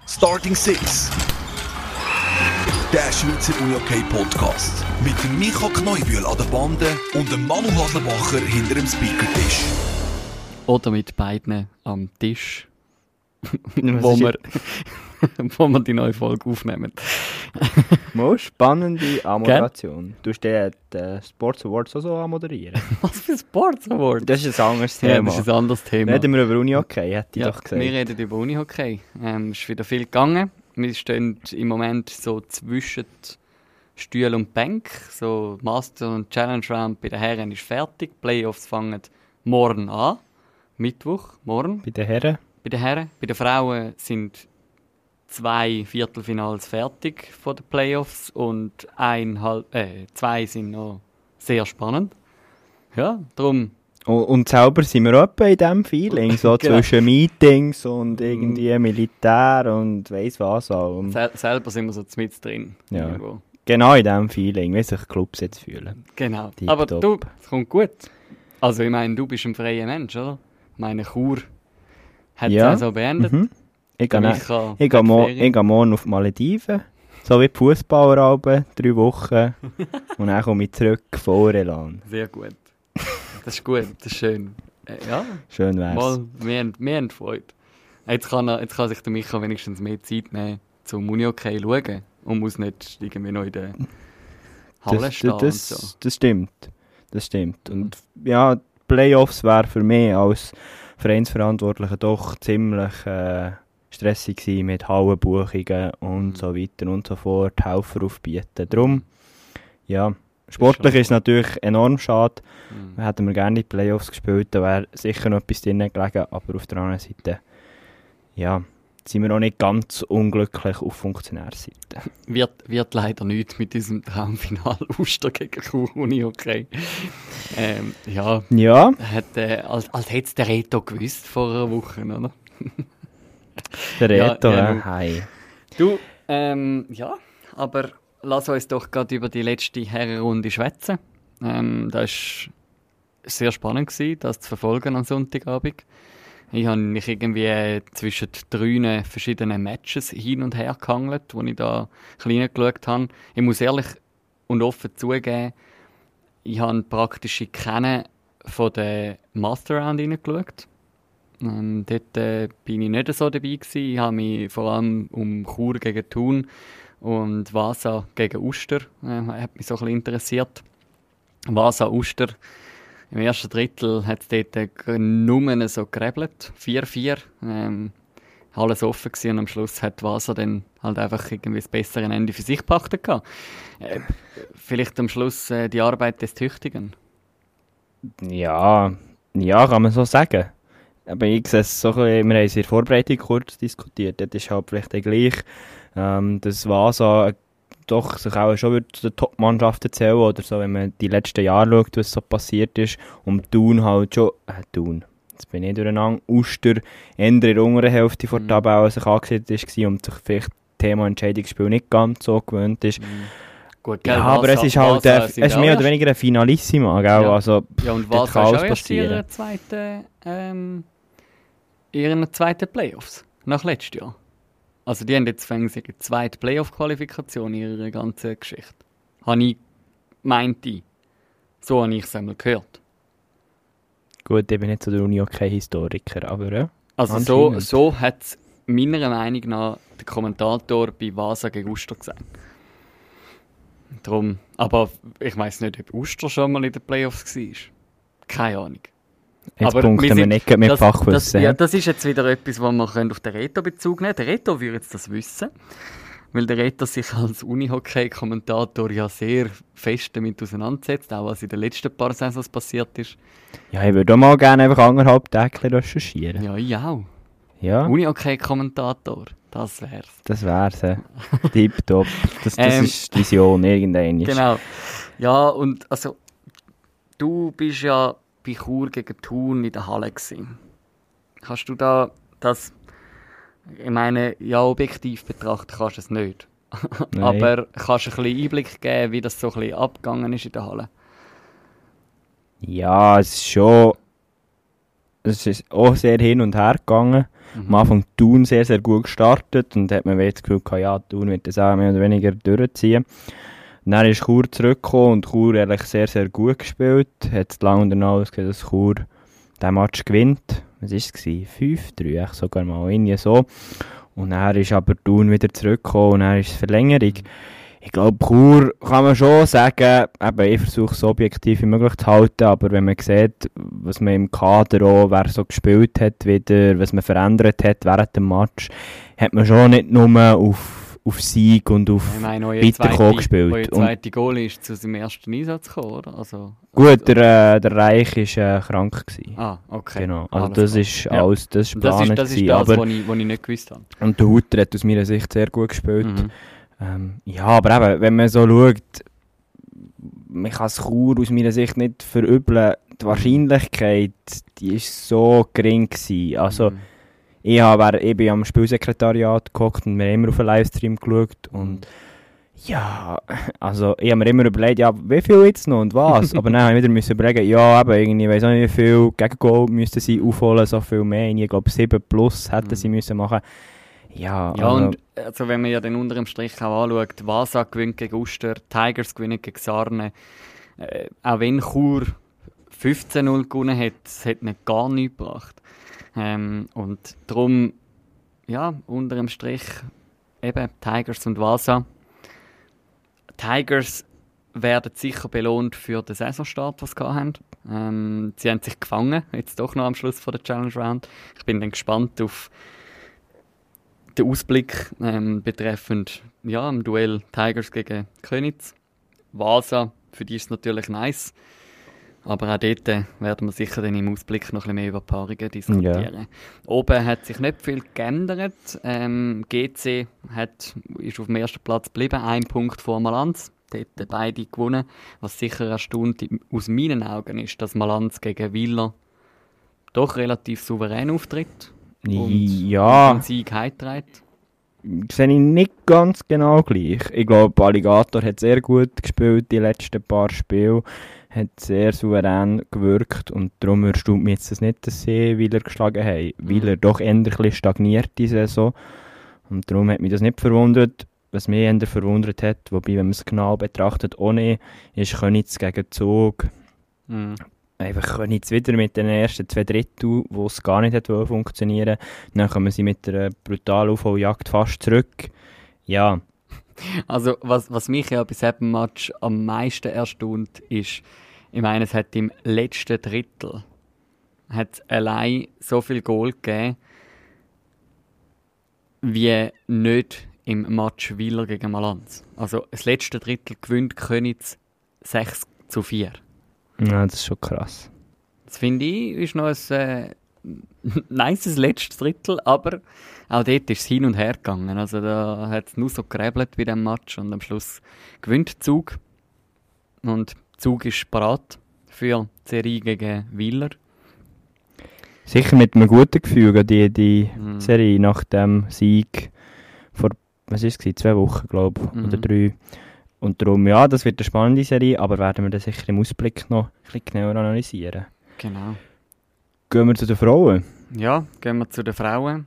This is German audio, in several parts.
Starting Six. Der Schweizer Unihockey-Podcast. Mit dem Micha Kneubühl an der Bande und dem Manu Haslebacher hinter dem Speakertisch. Oder mit beiden am Tisch, wo wir die neue Folge aufnehmen. Spannende Moderation. Du hast den Sports Awards auch so anmoderieren. Was für Sports Awards? Das ist ein anderes Thema. Ja, das ist ein anderes Thema. Reden wir über Unihockey, hätte ich Ja, doch gesagt. wir reden über Unihockey. Es ist wieder viel gegangen. Wir stehen im Moment so zwischen Stuhl und Bank. So Master und Challenge Round bei den Herren ist fertig. Playoffs fangen morgen an. Mittwoch, morgen. Bei den Herren? Bei den Herren. Bei den Frauen sind 2 Viertelfinals fertig von den Playoffs und 2 sind noch sehr spannend. Ja, darum. Und selber sind wir auch etwa in diesem Feeling, so Genau. zwischen Meetings und irgendwie Militär und weiss was auch. Selber sind wir so mit drin. Ja. Irgendwo. Genau in diesem Feeling, wie sich Clubs jetzt fühlen. Genau. Tipptopp. Aber du, es kommt gut. Also ich meine, du bist ein freier Mensch, oder? Meine Chur hat Ja. es also beendet. Mhm. Ich gehe Micha ich hat gehe Ferien. morgen auf die Malediven, so wie die Fußballeralben, 3 Wochen. Und dann komme ich zurück, voll Elan. Sehr gut. Das ist gut, das ist schön. Ja, Schön wär's. mal, wir haben Freude. Jetzt kann sich der Micha wenigstens mehr Zeit nehmen, zum Unihockey schauen und muss nicht irgendwie noch in der Halle stehen und so. Das stimmt. Das stimmt. Und ja, die Playoffs wären für mich als Vereinsverantwortlicher doch ziemlich stressig gewesen mit Hallenbuchungen und so weiter und so fort, Helfer aufbieten. Darum, ja, sportlich ist es natürlich enorm schade. Mhm. Hätten wir gerne die Playoffs gespielt, da wäre sicher noch etwas drin gelegen, aber auf der anderen Seite, ja, sind wir noch nicht ganz unglücklich auf Funktionärseite. Wird leider nichts mit diesem Traumfinal Uster gegen Chur Unihockey. Ja, Ja, als hätte es der Reto gewusst vor einer Woche, oder? der Ja, Reto, ja, du. hi. Du, ja, aber lass uns doch gerade über die letzte Herrenrunde schwätzen. Das war sehr spannend, das zu verfolgen am Sonntagabend. Ich habe mich irgendwie zwischen 3 verschiedenen Matches hin und her gehangelt, wo ich da klein geschaut habe. Ich muss ehrlich und offen zugeben, ich habe praktisch in keinen von den Master Round reingeschaut. Dort bin ich nicht so dabei gewesen. Ich habe mich vor allem um Chur gegen Thun und Vasa gegen Uster hat mich so ein bisschen interessiert. Vasa Uster, im ersten Drittel hat es dort nur so gerebelt, 4-4. Alles offen gewesen und am Schluss hat Vasa dann halt einfach irgendwie das bessere Ende für sich gepachtet gehabt. Vielleicht am Schluss die Arbeit des Tüchtigen. Ja, kann man so sagen. Aber ich sehe es so, wir haben es in der Vorbereitung kurz diskutiert. Das ist halt vielleicht gleich, dass Vasa doch sich auch schon zu den Top-Mannschaften zählen oder so, wenn man die letzten Jahre schaut, was so passiert ist. Und Thun halt schon, Thun, jetzt bin ich durcheinander, Uster eher in der unteren Hälfte der Tabelle sich angesiedelt war und sich vielleicht Thema Entscheidungsspiel nicht ganz so gewöhnt ist. Gut, Ja, aber es ist halt es ist mehr oder weniger ein Finalissima, gell? Ja. Also, Ja, und dort was kann ist alles auch erst passieren. ihren zweiten Playoffs nach letztem Jahr. Also die haben jetzt ihre zweite Playoff-Qualifikation in ihrer ganzen Geschichte. Habe ich meinte. So habe ich es einmal gehört. Gut, ich bin nicht so der Unihockey-Historiker, aber ja. Also Anscheinend. so hat es meiner Meinung nach der Kommentator bei Vasa gegen Uster gesagt. Drum, aber ich weiss nicht, ob Uster schon mal in den Playoffs war. Keine Ahnung. Jetzt aber punkten wir nicht mit Fachwissen. Ja, das ist jetzt wieder etwas, wo man auf den Reto Bezug nehmen können. Der Reto würde jetzt das wissen, weil der Reto sich als Unihockey-Kommentator ja sehr fest damit auseinandersetzt, auch was in den letzten paar Saisons passiert ist. Ja, ich würde auch mal gerne einfach 1,5 Tage recherchieren. Ja, ich auch. Ja, Unihockey-Kommentator, das wär's. das wär's. Tipptopp. Das ist die Vision irgendwann. Genau. Ja, und also, du bist ja bei Chur gegen Thun in der Halle gewesen. Kannst du da das, ich meine, ja, objektiv betrachten kannst du es nicht. Nein. Aber kannst du ein bisschen Einblick geben, wie das so ein bisschen abgegangen ist in der Halle? Ja, es ist auch sehr hin und her gegangen. Am Anfang Thun sehr, sehr gut gestartet und hat man das Gefühl gehabt, ja, Thun wird das auch mehr oder weniger durchziehen. Dann ist Chur zurückgekommen und Chur ehrlich sehr, sehr gut gespielt. Hat lange danach ausgesehen, dass Chur den Match gewinnt. Was war es? 5-3, echt sogar mal, irgendwie so. Und dann ist aber Thun wieder zurückgekommen und dann ist es Verlängerung. Ich glaube, Chur kann man schon sagen, eben, ich versuche es so objektiv wie möglich zu halten, aber wenn man sieht, was man im Kader auch, wer so gespielt hat wieder, was man verändert hat während dem Match, hat man schon nicht nur auf Sieg und auf Weiterkommen gespielt. Der zweite Goal ist zu seinem ersten Einsatz gekommen, oder? Gut, der Reich war krank gewesen. Ah, okay. Genau, also das ist alles, das ist geplant. Das ist das, was ich nicht gewusst habe. Und der Hutter hat aus meiner Sicht sehr gut gespielt. Ja, aber eben, wenn man so schaut, man kann es Chur aus meiner Sicht nicht verübeln. Die Wahrscheinlichkeit, die war so gering gewesen. Also, ich bin am Spielsekretariat gehockt und wir haben immer auf den Livestream geschaut und ja, also ich habe mir immer überlegt, ja, wie viel jetzt noch und was, aber dann habe ich wieder überlegen, ja, eben, irgendwie, ich weiss auch nicht, wie viel Gegengol müssten sie aufholen, so viel mehr, ich glaube 7 plus hätten sie müssen machen. Ja, und also wenn man ja den unteren Strich auch anschaut, Vasa gewinnt gegen Uster, Tigers gewinnen gegen Sarne, auch wenn Chur 15-0 gewonnen hat, es hat nicht gar nichts gebracht. Und darum, ja, unter dem Strich eben Tigers und Vasa. Tigers werden sicher belohnt für den Saisonstart, den sie hatten. Sie haben sich gefangen, jetzt doch noch am Schluss von der Challenge Round. Ich bin dann gespannt auf den Ausblick betreffend im Duell Tigers gegen Königs. Vasa, für die ist es natürlich nice. Aber auch dort werden wir sicher dann im Ausblick noch ein bisschen mehr über Paarungen diskutieren. Ja. Oben hat sich nicht viel geändert. GC ist auf dem ersten Platz geblieben, 1 Punkt vor Malanz. Dort beide gewonnen. Was sicher erstaunt aus meinen Augen ist, dass Malanz gegen Willer doch relativ souverän auftritt. Und den Sieg heimträgt. Sehe ich nicht ganz genau gleich. Ich glaube, Alligator hat sehr gut gespielt die letzten paar Spiele. Hat sehr souverän gewirkt und darum erstaunt mich jetzt das nicht, dass sie Willer geschlagen haben. Willer doch eher ein bisschen stagniert die Saison und darum hat mich das nicht verwundert. Was mich eher verwundert hat, wobei, wenn man es genau betrachtet, ohne, ist Königs gegen Zug. Einfach Königs wieder mit den ersten 2 Drittel, wo es gar nicht hat funktionieren. Dann kommen sie mit einer brutalen Aufholjagd fast zurück. Ja. Also, was mich ja bei diesem Match am meisten erstaunt ist, ich meine, es hat im letzten Drittel hat allein so viel Goal gegeben, wie nicht im Match Willer gegen Malanz. Also, das letzte Drittel gewinnt Königs 6-4. Ja, das ist schon krass. Das finde ich, ist noch ein nices letztes Drittel, aber auch dort ist es hin und her gegangen. Also da hat es nur so gerebelt bei diesem Match und am Schluss gewinnt Zug. Und Zug ist bereit für die Serie gegen Willer. Sicher mit einem guten Gefühl, die Serie nach dem Sieg vor, was ist es, 2 Wochen, glaube ich, oder 3. Und darum, ja, das wird eine spannende Serie, aber werden wir das sicher im Ausblick noch ein bisschen genauer analysieren. Genau. Gehen wir zu den Frauen? Ja, gehen wir zu den Frauen.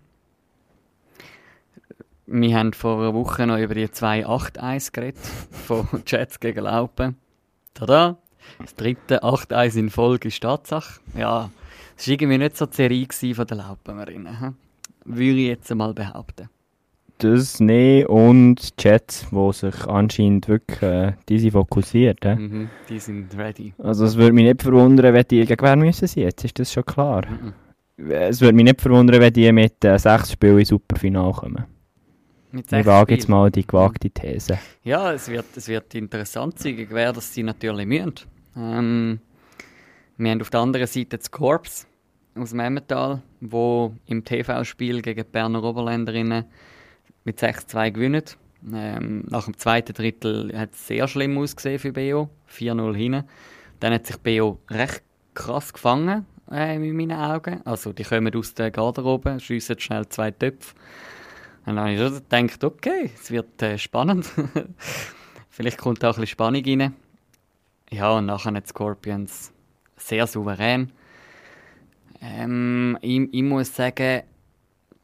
Wir haben vor einer Woche noch über die 2-8-1 geredet, von Jets gegen Laupen. Tada! Das 3. 8-1 in Folge ist Tatsache. Ja, es war irgendwie nicht so die Serie von den Laupenerinnen. Würde ich jetzt einmal behaupten. Das nicht und die Jets, die sich anscheinend wirklich die sind fokussiert. Die sind ready. Also es würde mich nicht verwundern, wenn die gegen wer müssen sie jetzt, ist das schon klar. Es würde mich nicht verwundern, wenn die mit 6 Spielen ins Superfinale kommen. Ich wage jetzt mal die gewagte These. Ja, es wird interessant sein, wer das sie natürlich müssen. Wir haben auf der anderen Seite das Corps aus dem Emmental, wo im TV-Spiel gegen die Berner Oberländerinnen mit 6-2 gewinnen. Nach dem zweiten Drittel hat es sehr schlimm ausgesehen für BO. 4-0 hinten. Dann hat sich BO recht krass gefangen, in meinen Augen. Also die kommen aus der Garderobe, schiessen schnell 2 Töpfe. Und dann habe ich schon gedacht, okay, es wird spannend. Vielleicht kommt auch ein bisschen Spannung rein. Ja, und nachher die Scorpions sehr souverän. Ich muss sagen,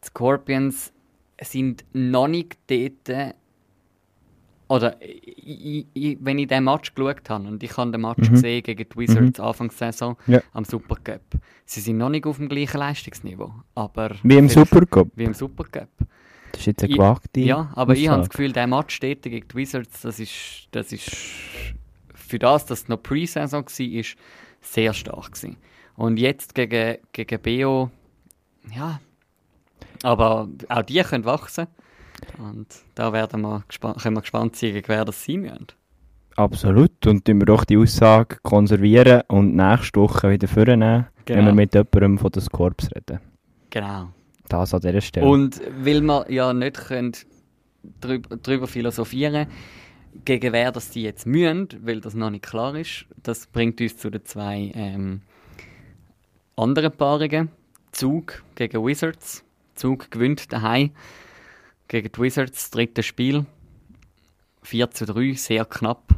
Scorpions sind noch nicht dort, oder wenn ich den Match geschaut habe, und ich habe den Match gesehen gegen die Wizards Anfangssaison am Supercup, sie sind noch nicht auf dem gleichen Leistungsniveau. Aber wie im Supercup? Wie im Supercup. Das ist jetzt eine gewagte Ja, aber Aussage. ich habe das Gefühl, der Match dort gegen die Wizards, das ist für das, dass es noch Pre-Saison war, sehr stark gewesen. Und jetzt gegen BO, ja, aber auch die können wachsen. Und da können wir gespannt sein, wer das sein wird. Absolut. Und tun wir doch die Aussage konservieren und nächste Woche wieder vornehmen, wenn wir mit jemandem von den Scorps reden. Genau. Das an dieser Stelle. Und weil wir ja nicht darüber philosophieren gegen wer das die jetzt müssen, weil das noch nicht klar ist, das bringt uns zu den zwei anderen Paarungen. Zug gegen Wizards. Zug gewinnt daheim gegen die Wizards, das dritte Spiel. 4:3, sehr knapp.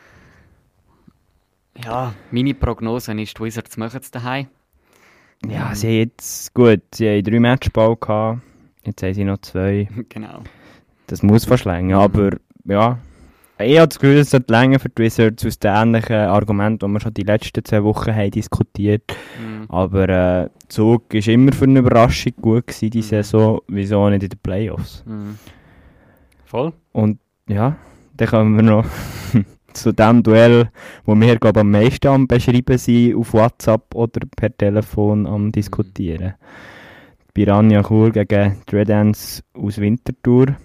Ja, meine Prognose ist, die Wizards machen es daheim. Ja, sie haben jetzt, gut, sie haben 3 Matchball gehabt, jetzt haben sie noch 2. Genau. Das muss verschlängen, aber ja, ich habe das Gefühl, es sollte länger für die Wizards aus den ähnlichen Argumenten, die wir schon die letzten 2 Wochen haben diskutiert. Aber Zug war immer für eine Überraschung gut gewesen, die Saison, wieso nicht in den Playoffs. Voll. Und ja, dann kommen wir noch zu dem Duell, wo wir, glaube ich, am meisten am Beschreiben sind, auf WhatsApp oder per Telefon am Diskutieren. Piranha Chur gegen die Red Ants aus Winterthur.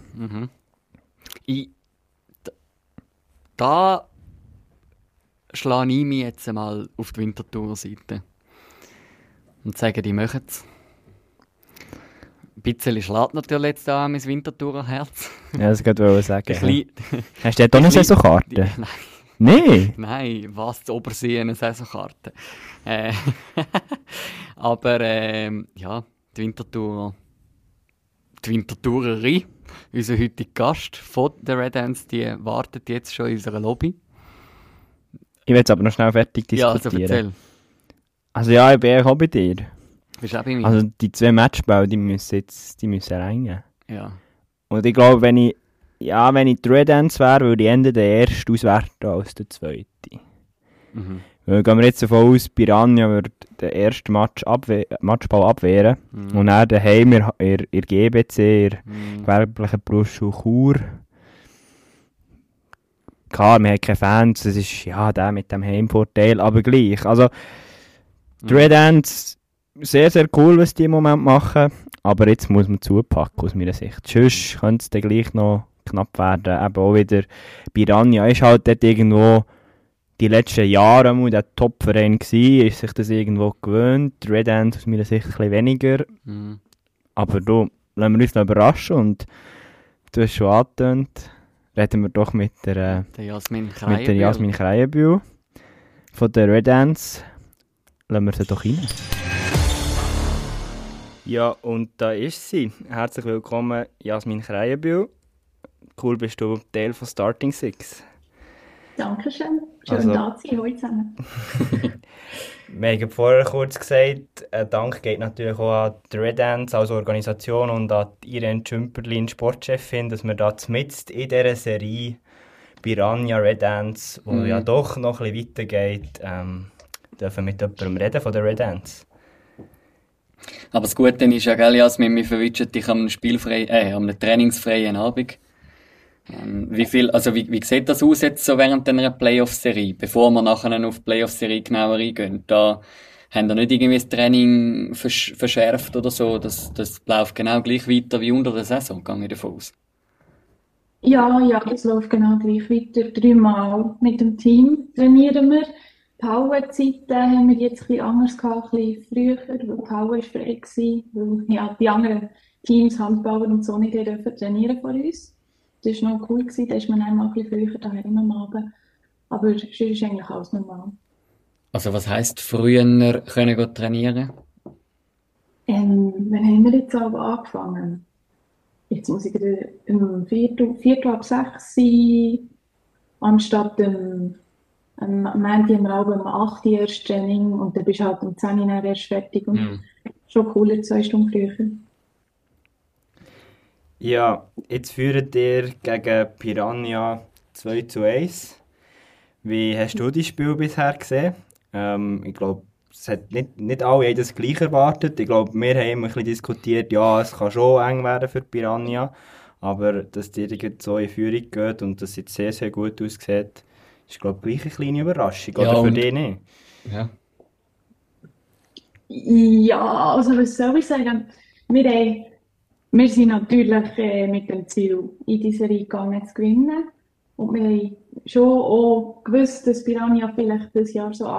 Da schlage ich mich jetzt einmal auf die Winterthurer Seite und sage, die machen es. Ein bisschen schlägt natürlich jetzt da mein Winterthurer Herz. Ja, das wollte ich sagen. Hast du dort auch eine Saisonkarte? Nein. Nein? Nein, was zu Obersee eine Saisonkarte. Aber ja, die Winterthurerin, unser heutiger Gast von der Red Ants, die wartet jetzt schon in unserer Lobby. Ich will jetzt aber noch schnell fertig diskutieren. Ja, also erzähl. Also ja, ich bin auch bei dir. Bist du auch bei mir? Also die 2 Matchbälle, die müssen reingehen. Ja. Und ich glaube, wenn ich die Red Ants wäre, würde ich eher den ersten auswerten als den zweiten. Weil gehen wir jetzt davon aus, Piranha würde den ersten Matchball abwehren. Und dann daheim in GBC, in gewerblichen Berufsschule Chur. Klar, wir haben keine Fans, das ist ja der mit dem Heimvorteil, aber gleich. Also, die Red Ants, sehr, sehr cool, was die im Moment machen, aber jetzt muss man zupacken, aus meiner Sicht. Sonst könnte es dann gleich noch knapp werden. Eben auch wieder Piranha ist halt dort irgendwo die letzten Jahre mal der Top-Verein gewesen, ist sich das irgendwo gewöhnt. Die Red Ants aus meiner Sicht ein bisschen weniger. Aber da lassen wir uns noch überraschen und du hast schon angetönt, reden wir doch mit der Jasmin Kreienbühl von der Red Ants. Lassen wir sie doch rein. Ja, und da ist sie. Herzlich willkommen, Jasmin Kreienbühl. Cool, bist du Teil von Starting Six. Dankeschön. Schön da zu sein heute zusammen. Wir haben vorher kurz gesagt, ein Dank geht natürlich auch an die Red Ants als Organisation und an Irene Schümperlin, Sportchefin, dass wir da mitten in dieser Serie Piranha Red Ants, wo ja doch noch ein bisschen weitergeht, dürfen mit jemandem reden von den Red Ants. Aber das Gute ist ja, gell, Jasmin, wir verwischen dich am einem trainingsfreien Abend. Wie sieht das aus jetzt so während einer Playoff-Serie, bevor wir nachher auf die Playoff-Serie genauer eingehen? Da haben wir nicht irgendwie das Training verschärft oder so, das läuft genau gleich weiter wie unter der Saison, gehe ich davon aus. Ja, es läuft genau gleich weiter. 3-mal mit dem Team trainieren wir. Pauenzeiten haben wir jetzt ein bisschen anders gehabt, ein bisschen früher, weil Pauen war frei gewesen, weil ja, die anderen Teams, Handballer und so nicht dürfen trainieren von uns. Das war noch cool gewesen, da ist man einmal ein bisschen früher daheim am Abend. Aber sonst ist eigentlich alles normal. Also was heisst früher können trainieren? Wann haben wir jetzt aber angefangen? Jetzt muss ich um 4:45 sein, anstatt am Montag haben wir auch um 8 Uhr erst Training und dann bist du halt um 10 Uhr erst fertig. Und schon cooler, 2 Stunden früher. Ja, jetzt führt ihr gegen Piranha 2:1. Wie hast du das Spiel bisher gesehen? Ich glaube, es hat nicht alle haben das gleich erwartet. Ich glaube, wir haben immer ein bisschen diskutiert, ja, es kann schon eng werden für Piranha. Aber dass die jetzt so in Führung geht und das jetzt sehr, sehr gut aussieht, ist, glaube ich, gleich eine kleine Überraschung. Ja, Oder für und dich nicht? ja. Ja, also was soll ich sagen? Wir, haben, wir sind natürlich mit dem Ziel in diese Serie gegangen zu gewinnen. Und wir haben schon auch gewusst, dass Piranha vielleicht dieses Jahr so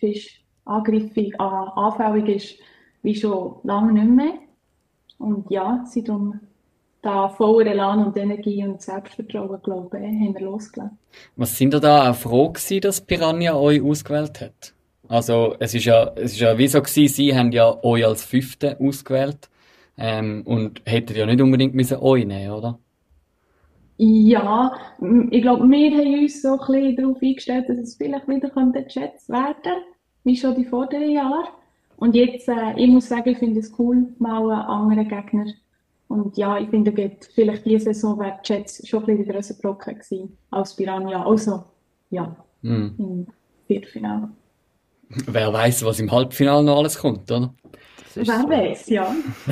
anfällig ist, wie schon lange nicht mehr. Und ja, sind darum da voller Elan und Energie und Selbstvertrauen, glaube ich, haben wir losgelassen. Was sind ihr da auch froh gewesen, dass Piranha euch ausgewählt hat? Also, es ist ja wie so gewesen, sie haben ja euch als Fünfte ausgewählt, und hätten ja nicht unbedingt müssen euch nehmen, oder? Ja, ich glaube, wir haben uns so ein bisschen darauf eingestellt, dass es vielleicht wieder die Jets werden, wie schon die vorderen Jahre. Und jetzt, ich muss sagen, ich finde es cool, mal einen anderen Gegner. Und ja, ich finde, vielleicht diese Saison wäre die Jets schon ein bisschen der grössere Brocken gewesen als Piranha. Also, ja, Hm. im Viertelfinale. Wer weiß, was im Halbfinale noch alles kommt, oder? Das ist Wer so. weiß, ja.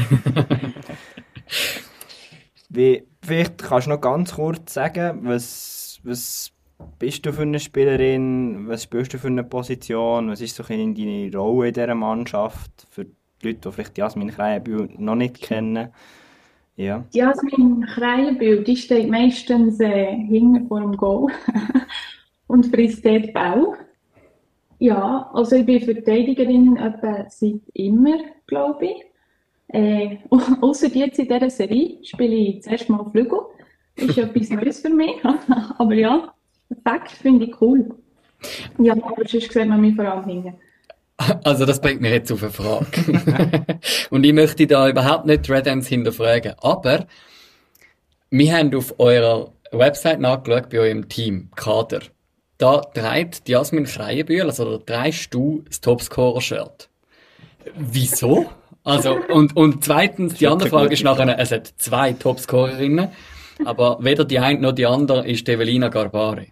Vielleicht kannst du noch ganz kurz sagen, was bist du für eine Spielerin, was spielst du für eine Position, was ist so ein bisschen deine Rolle in dieser Mannschaft, für die Leute, die vielleicht Jasmin Krähenbühl noch nicht kennen. Ja. Die Jasmin Krähenbühl, die steht meistens hinten vor dem Goal und frisst dort Ball. Ja, also ich bin Verteidigerin etwa seit immer, glaube ich. Außer jetzt in dieser Serie spiele ich zuerst mal Flügel. Ist etwas Neues für mich. Aber ja, Fakt finde ich cool. Ja, aber sonst sieht man mich vor allem hinten. Also, das bringt mich jetzt auf eine Frage. Und ich möchte da überhaupt nicht Red Ants hinterfragen. Aber wir haben auf eurer Website nachgeschaut, bei eurem Team, Kader. Da trägt die Jasmin Krähenbühl, also da trägst du das Topscorer-Shirt. Wieso? Also, und zweitens, die andere Frage ist nachher, es hat 2 Topscorerinnen, aber weder die eine noch die andere ist Evelina Garbari.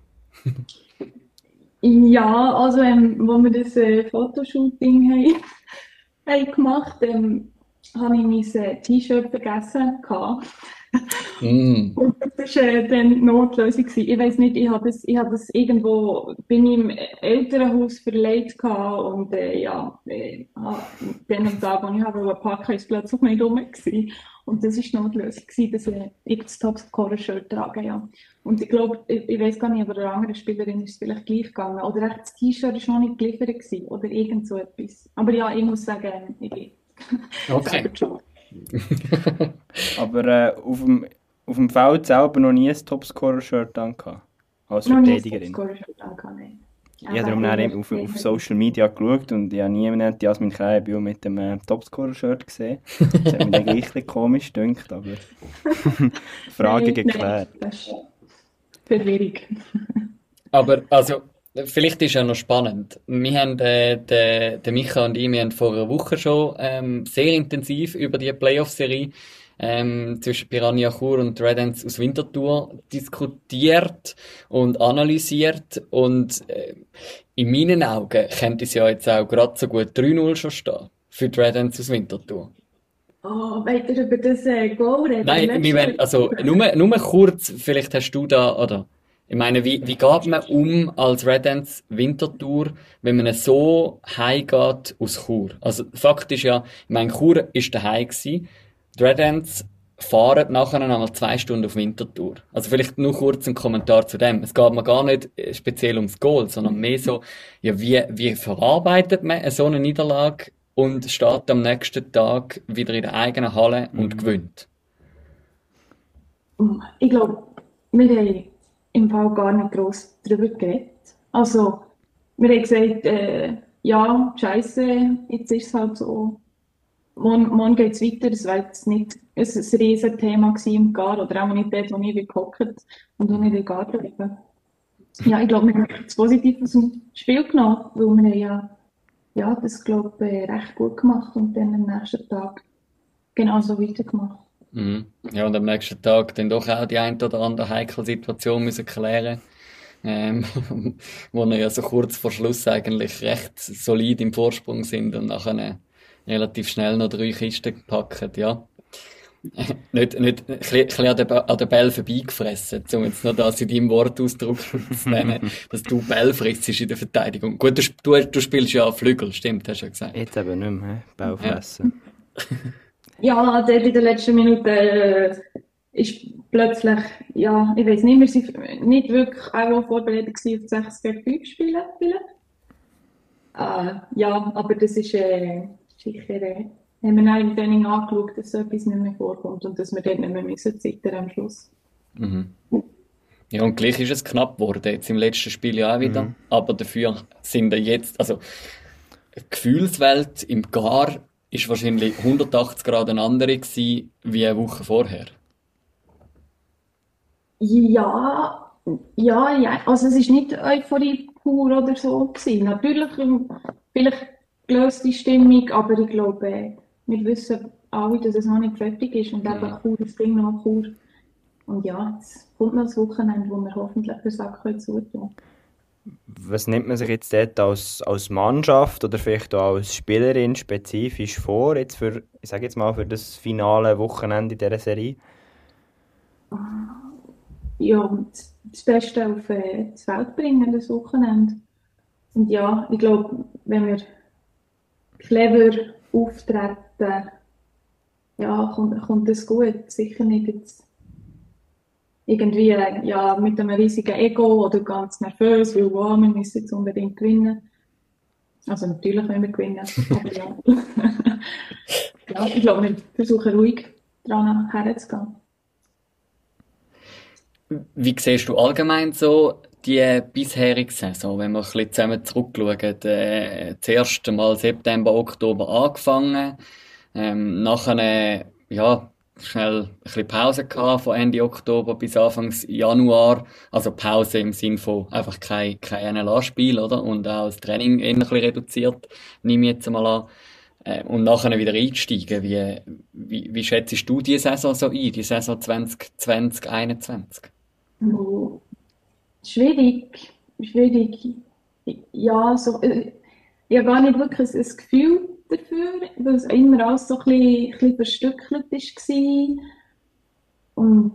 Ja, also wo wir das Fotoshooting haben gemacht, habe ich mein T-Shirt vergessen gehabt. Mm. Und das war dann die Notlösung gewesen. Ich weiss nicht, ich hab das irgendwo bei meinem Elternhaus verlegt gehabt und dann am Tag, als ich habe packen, ist es plötzlich nicht rum gewesen. Und das war die Notlösung gewesen, dass ich das Topscorer-Shirt trage, ja. Und ich glaube, ich weiss gar nicht, aber der anderen Spielerin ist es vielleicht gleich gegangen. Oder echt das T-Shirt ist noch nicht geliefert gewesen. Oder irgend so etwas. Aber ja, ich muss sagen, ich bin Okay. selber schuld. Aber auf dem Feld selber noch nie ein Topscorer-Shirt angehabt, als Noch nie ein Verteidigerin. Topscorer-Shirt angehabt, nein. Ich habe darum dann eben auf Social Media geschaut und ich habe niemanden Jasmin Krähenbühl mit dem Topscorer-Shirt gesehen. Das hat mir dann gleich ein bisschen komisch gedacht, aber Frage geklärt. Nein, das ist Verwirrung. Aber, also, vielleicht ist ja noch spannend. Wir haben, der Micha und ich, wir haben vor einer Woche schon sehr intensiv über die Playoff-Serie zwischen Piranha Chur und Red Ants aus Winterthur diskutiert und analysiert. Und in meinen Augen könnte es ja jetzt auch gerade so gut 3:0 schon stehen für die Red Ants aus Winterthur. Oh, wollt ihr über das Goal reden? Nein, wir wollen, also nur kurz, vielleicht hast du da, oder? Ich meine, wie geht man als Red Ants Winterthur, wenn man so heimgeht aus Chur? Also Fakt ist ja, ich meine, Chur ist daheim gewesen. Die Red Ants fahren nachher einmal 2 Stunden auf Winterthur. Also vielleicht nur kurz ein Kommentar zu dem. Es geht mir gar nicht speziell ums Goal, sondern mehr so, ja, wie verarbeitet man so eine Niederlage und steht am nächsten Tag wieder in der eigenen Halle und gewinnt? Ich glaube, wir haben im Fall gar nicht gross darüber geredet. Also, wir haben gesagt, ja, Scheiße, jetzt ist es halt so. Morgen geht es weiter. Es war jetzt nicht ein riesen Thema im Gar oder auch nicht dort, wo ich gehockt und wo ich im Gar bleiben. Ja, ich glaube, wir haben das Positive aus dem Spiel genommen, weil wir haben das, glaube ich, recht gut gemacht und dann am nächsten Tag genauso weitergemacht. Mhm. Ja, und am nächsten Tag dann doch auch die ein oder andere heikle Situation müssen klären. Ähm, wo wir ja so kurz vor Schluss eigentlich recht solid im Vorsprung sind und nachher relativ schnell noch 3 Kisten packen, ja. Nicht an den Ball vorbeigefressen, um jetzt noch das in deinem Wortausdruck zu nennen, dass du Ball frissst in der Verteidigung. Gut, du spielst ja Flügel, stimmt, hast du ja gesagt. Jetzt eben nicht mehr, Ja. Baufressen. Ja, dort in der letzten Minute ist plötzlich, ja, ich weiß nicht, wir sind nicht wirklich auch vorbereitet gewesen auf 6 gegen 5 Spiele vielleicht. Ja, aber das ist sicher, haben wir dann im Training angeschaut, dass so etwas nicht mehr vorkommt und dass wir dort nicht mehr müssen zittern am Schluss. Mhm. Ja, und gleich ist es knapp geworden, jetzt im letzten Spiel ja auch wieder. Aber dafür sind jetzt, also die Gefühlswelt im Gar ist wahrscheinlich 180 Grad eine andere gewesen, wie eine Woche vorher. Ja, ja, also es ist nicht Euphorie pur oder so gewesen. Natürlich vielleicht gelöste Stimmung, aber ich glaube, wir wissen alle, dass es noch nicht fertig ist und eben Chur ist Ding nach Chur. Und ja, jetzt kommt noch das Wochenende, wo wir hoffentlich den Sack zutun können. Was nimmt man sich jetzt dort als Mannschaft oder vielleicht auch als Spielerin spezifisch vor, jetzt für, ich sage jetzt mal, für das finale Wochenende in dieser Serie? Ja, und das Beste auf das Feld bringen, das Wochenende. Und ja, ich glaube, wenn wir clever auftreten, ja, kommt das gut. Sicher nicht jetzt irgendwie ja, mit einem riesigen Ego oder ganz nervös, weil wow, wir müssen jetzt unbedingt gewinnen. Also natürlich können wir gewinnen, aber ja. Ja, ich glaube, wir versuchen ruhig dran herzugehen. Wie siehst du allgemein so die bisherige Saison, wenn wir ein bisschen zusammen zurückschauen? Das erste Mal September, Oktober angefangen, nachher, ja, schnell ein bisschen Pause gehabt von Ende Oktober bis Anfang Januar. Also Pause im Sinn von einfach kein NLA-Spiel, oder? Und auch das Training eher ein bisschen reduziert, nehme ich jetzt mal an. Und nachher wieder einsteigen. Wie schätzt du die Saison so ein, die Saison 2020, 2021? Oh, schwierig, schwierig. Ja, so, ich habe gar nicht wirklich ein Gefühl dafür, weil es immer alles so ein bisschen verstückelt war. Und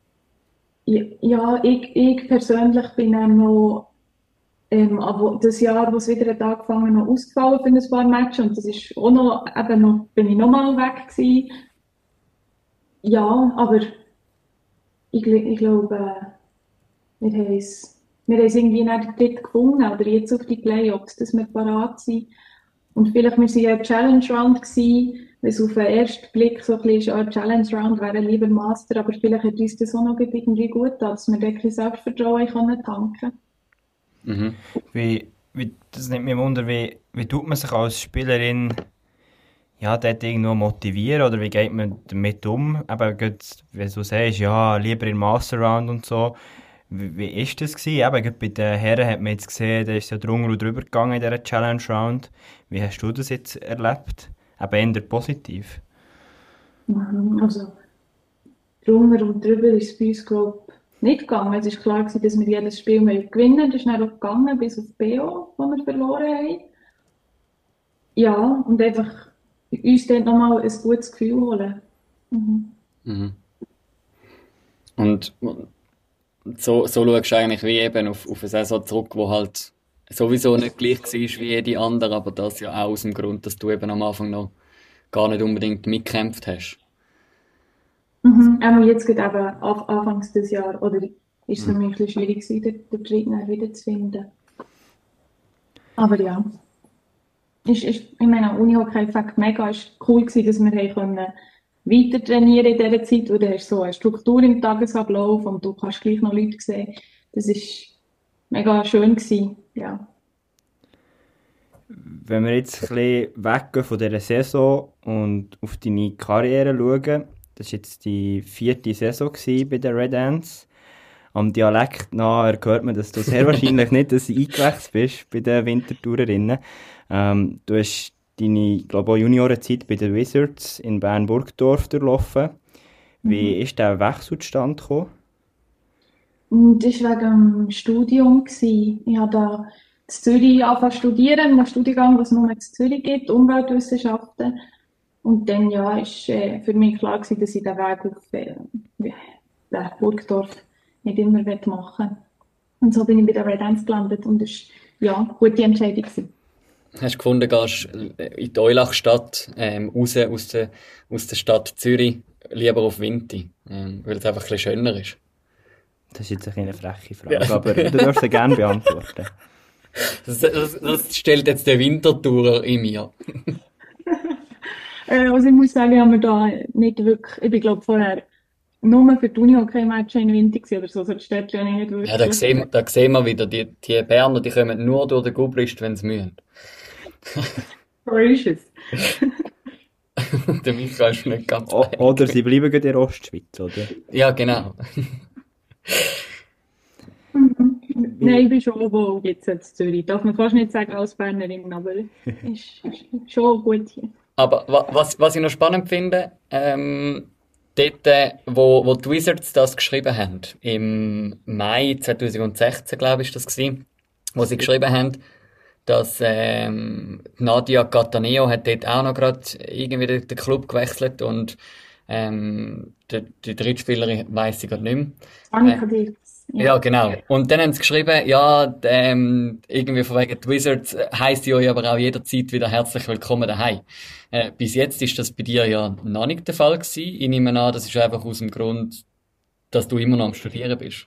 ja, ich persönlich bin dann noch aber das Jahr, wo es wieder hat angefangen noch ausgefallen für ein paar Matches und das ist auch noch, eben noch, bin ich noch mal weg gewesen. Ja, aber ich glaube, wir haben es irgendwie in der Dritte gefunden oder jetzt auf die Playoffs, dass wir parat sind. Und vielleicht, wir waren ja eine Challenge Round gewesen, weil es auf den ersten Blick so ein bisschen ist, ja, eine Challenge Round wäre lieber Master, aber vielleicht hat uns das auch noch irgendwie gut getan, dass wir da ein bisschen Selbstvertrauen tanken können. Mhm. Das nimmt mich wunder, wie tut man sich als Spielerin ja, dort irgendwo motivieren oder wie geht man damit um? Aber wenn du sagst, ja, lieber in Master Round und so, wie ist das gewesen? Eben, gerade bei den Herren hat man jetzt gesehen, da ist ja drunter und drüber gegangen in dieser Challenge Round. Wie hast du das jetzt erlebt? Eben eher positiv. Also, drunter und drüber ist es bei uns, glaube ich, nicht gegangen. Es war klar gewesen, dass wir jedes Spiel gewinnen wollen. Das ist dann auch gegangen, bis auf BO, wo wir verloren haben. Ja, und einfach uns dort nochmal ein gutes Gefühl holen. Mhm. Und so schaust du eigentlich wie eben auf eine Saison zurück, wo halt sowieso nicht gleich war wie jede andere, aber das ja auch aus dem Grund, dass du eben am Anfang noch gar nicht unbedingt mitgekämpft hast. Aber jetzt gerade eben Anfangs des Jahres, oder ist es für mich ein bisschen schwierig gewesen, den Schritt dann wieder zu finden. Aber ja, ich meine, Unihockey fängt mega, ist cool gewesen, dass wir haben können weiter trainieren in dieser Zeit, weil du hast so eine Struktur im Tagesablauf und du kannst gleich noch Leute sehen. Das ist mega schön gewesen, ja. Wenn wir jetzt ein bisschen weggehen von dieser Saison und auf deine Karriere schauen, das war jetzt die 4. Saison bei den Red Ants. Am Dialekt nach hört man, dass du sehr wahrscheinlich nicht eingewechselt bist bei den Wintertourerinnen. Du hast deine, glaube ich, Juniorenzeit bei den Wizards in Bern-Burgdorf durchlaufen. Wie ist der Wechsel zustande gekommen? Und das war wegen dem Studium. Ich habe da in Zürich angefangen zu studieren, einen Studiengang, den es nur in Zürich gibt, Umweltwissenschaften. Und dann ja, ist für mich klar gewesen, dass ich den Weg auf Burgdorf nicht immer machen will. Und so bin ich bei der Red Ants gelandet und das war ja eine gute Entscheidung gewesen. Hast du gefunden, gehst in die Eulachstadt, raus aus der Stadt Zürich, lieber auf Winti, weil es einfach ein bisschen schöner ist? Das ist jetzt eine freche Frage, aber du darfst sie gerne beantworten. Das stellt jetzt der Wintertourer in mir. Also ich muss sagen, ich habe mir da nicht wirklich, ich bin glaube vorher nur für die Unihockey-Matches in Winter gewesen oder so, so die Städte habe ich nicht wirklich. Ja, da sehen wir wieder, die Berner, die kommen nur durch den Gublist, wenn sie müssen. So ist es. Der Michael ist nicht ganz Oder sie bleiben gerade in der Ostschweiz, oder? Ja, genau. Nein, ich bin schon wohl jetzt in Zürich. Darf man fast nicht sagen als Bernerin, aber ist schon gut hier. Aber was ich noch spannend finde, dort, wo die Wizards das geschrieben haben, im Mai 2016, glaube ich, ist das gewesen, wo sie geschrieben haben, dass Nadia Cattaneo hat dort auch noch gerade irgendwie den Club gewechselt und die Drittspielerin weiss ich gerade nicht mehr. Annika Dirks. Ja, genau. Und dann haben sie geschrieben, ja, irgendwie von wegen die Wizards heisst ihr euch aber auch jederzeit wieder herzlich willkommen daheim. Bis jetzt ist das bei dir ja noch nicht der Fall gewesen. Ich nehme an, das ist einfach aus dem Grund, dass du immer noch am Studieren bist.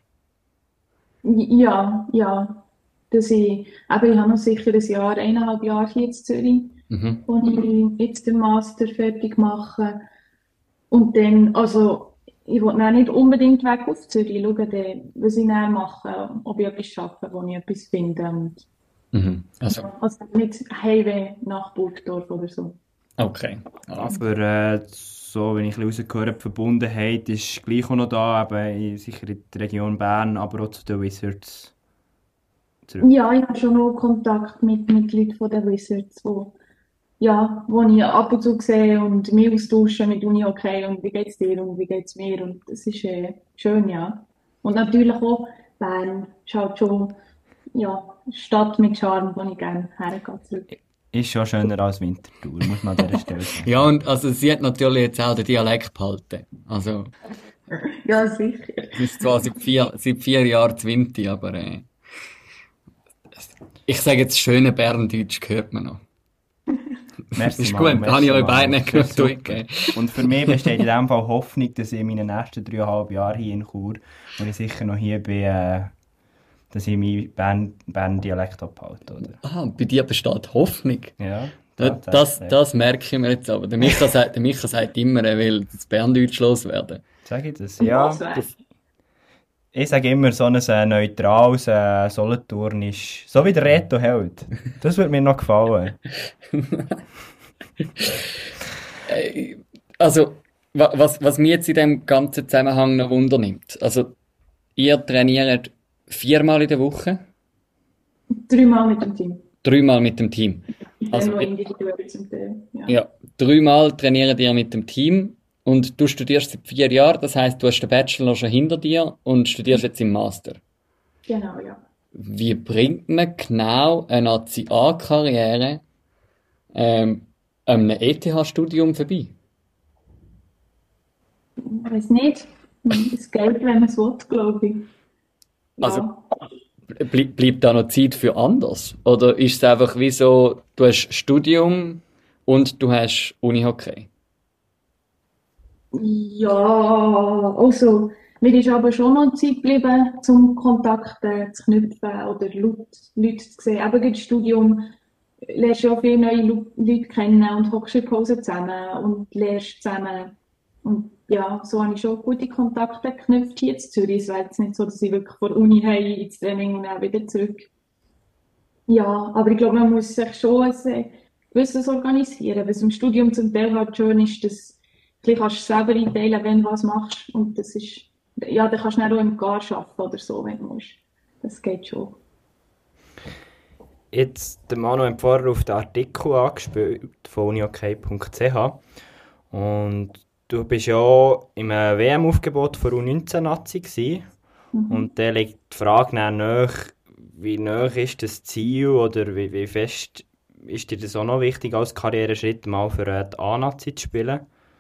Ja, ja. Ich habe noch sicher ein Jahr, 1,5 Jahre hier in Zürich, wo ich jetzt den Master fertig mache. Und dann, also, ich will dann nicht unbedingt weg auf Zürich schauen, dann, was ich dann mache, ob ich etwas schaffe, wo ich etwas finde. Und, Also, nicht Heimweh nach Burgdorf oder so. okay. Aber so, wenn ich ein bisschen rausgehört habe, die Verbundenheit ist gleich auch noch da, eben sicher in der Region Bern, aber auch zu den Wizards zurück. Ja, ich habe schon noch Kontakt mit Leuten von den Wizards, wo ich ab und zu sehe und mich austausche mit Unihockey und wie geht's dir und wie geht's mir und das ist schön, ja. Und natürlich auch Bern ist halt schon, ja, eine Stadt mit Charme, wo ich gerne hergehe zurück. Ist schon schöner als Winterthur, muss man an dieser Stelle sagen. Ja, und also sie hat natürlich jetzt auch den Dialekt behalten. Also, Ja, sicher. es ist zwar seit 4 Jahren zu Winter, aber ich sage jetzt, schöne Berndeutsch hört man noch. Merci Ist mal, gut, merci habe ich euch mal. beiden nicht Das ist super. durchgegeben. Und für mich besteht in dem Fall Hoffnung, dass ich in meinen nächsten 3,5 Jahren hier in Chur, wo ich sicher noch hier bin, dass ich meinen Bern-Dialekt abhalte, oder? Ah, bei dir besteht Hoffnung. Ja, Das merke ich mir jetzt aber. Der Micha sagt immer, er will das Berndeutsch loswerden. Sag ich das? Ja. Was wär's? Ich sage immer, so ein neutrales Solothurn ist so wie der Reto Held. Das würde mir noch gefallen. Also, was mich jetzt in dem ganzen Zusammenhang noch wundernimmt. Also, ihr trainiert 4-mal in der Woche, 3-mal mit dem Team. 3-mal mit dem Team. Dann Also, noch individuell zum Teil. Ja. ja, 3-mal trainiert ihr mit dem Team und du studierst seit 4 Jahren, das heisst, du hast den Bachelor schon hinter dir und studierst jetzt im Master. Genau, ja. Wie bringt man genau eine A-Karriere einem ETH-Studium vorbei? Ich weiß nicht. Das Geld, wenn man es will, glaube ich. Ja. Also, bleibt da noch Zeit für anders? Oder ist es einfach wie so, du hast Studium und du hast Unihockey? Ja, also, mir ist aber schon noch Zeit geblieben, zum Kontakte zu knüpfen oder Leute zu sehen. Eben im Studium lernst du ja viele neue Leute kennen und hockst in der Pause zusammen und lernst zusammen. Und ja, so habe ich schon gute Kontakte geknüpft hier in Zürich. Es wäre jetzt nicht so, dass ich wirklich von der Uni heim ins Training und dann wieder zurück. Ja, aber ich glaube, man muss sich schon ein gewisses organisieren. Was im Studium zum Teil halt schön ist, dass du kannst selber einteilen, wenn du was machst. Und das ist, ja, dann kannst du dann auch im Gar arbeiten oder so, wenn du musst. Das geht schon. Jetzt, der Manu hat vorher auf den Artikel angespielt von unihockey.ch und du bist ja im WM-Aufgebot von U19-Nazi gewesen. Und da liegt die Frage nahe, wie nahe ist das Ziel oder wie fest ist dir das auch noch wichtig als Karriereschritt, mal für die A-Nazi zu spielen?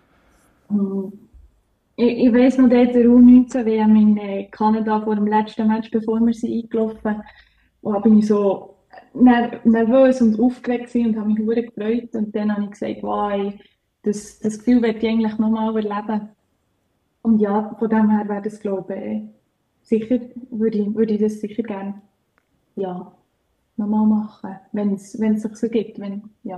Ich weiss noch, der U19-WM in Kanada vor dem letzten Match, bevor wir sie eingelaufen, da bin ich so nervös und aufgeregt gewesen und habe mich sehr gefreut. Und dann habe ich gesagt, wow, ey, das Gefühl möchte ich eigentlich nochmal erleben. Und ja, von dem her wäre das, glaube ich, sicher, würde ich das sicher gerne, ja, nochmal machen, wenn es sich so gibt, ja,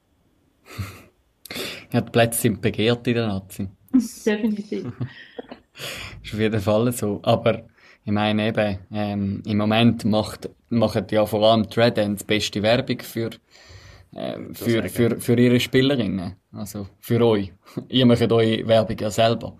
Ja, die Plätze sind begehrt in der Nazi. definitiv. Ist auf jeden Fall so. Aber ich meine eben, im Moment machen ja vor allem die Red Ants beste Werbung für ihre Spielerinnen. Also für euch. Ihr macht eure Werbung ja selber.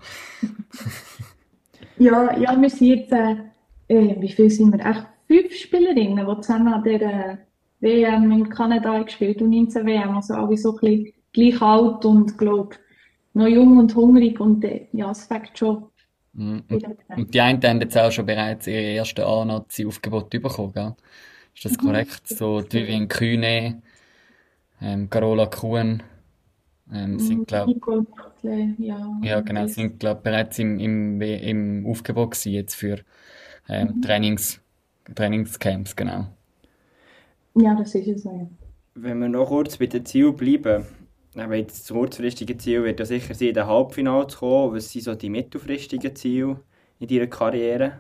Ja, wir sind jetzt, wie viel sind wir? Echt 5 Spielerinnen, die zusammen an der WM in Kanada gespielt und 19 WM, also alle so ein bisschen gleich alt und, glaube noch jung und hungrig und ja, es fängt schon wieder an. Und die einen haben jetzt auch schon bereits ihre erste A-Nazi-Aufgebot bekommen, gell? Ist das korrekt? So die Vivian Kühne, Carola Kuhn, sind glaube Nicole Bachtle, ja, ja genau, sind glaube bereits im Aufgebot gewesen jetzt für Trainingscamps, genau. ja, das ist es so, ja. Wenn wir noch kurz bei den Zielen bleiben, aber jetzt das kurzfristige Ziel wird ja sicher sein, in den Halbfinale zu kommen. Was sind so die mittelfristigen Ziele in deiner Karriere?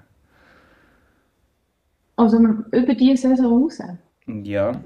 Also über diese Saison raus. Ja,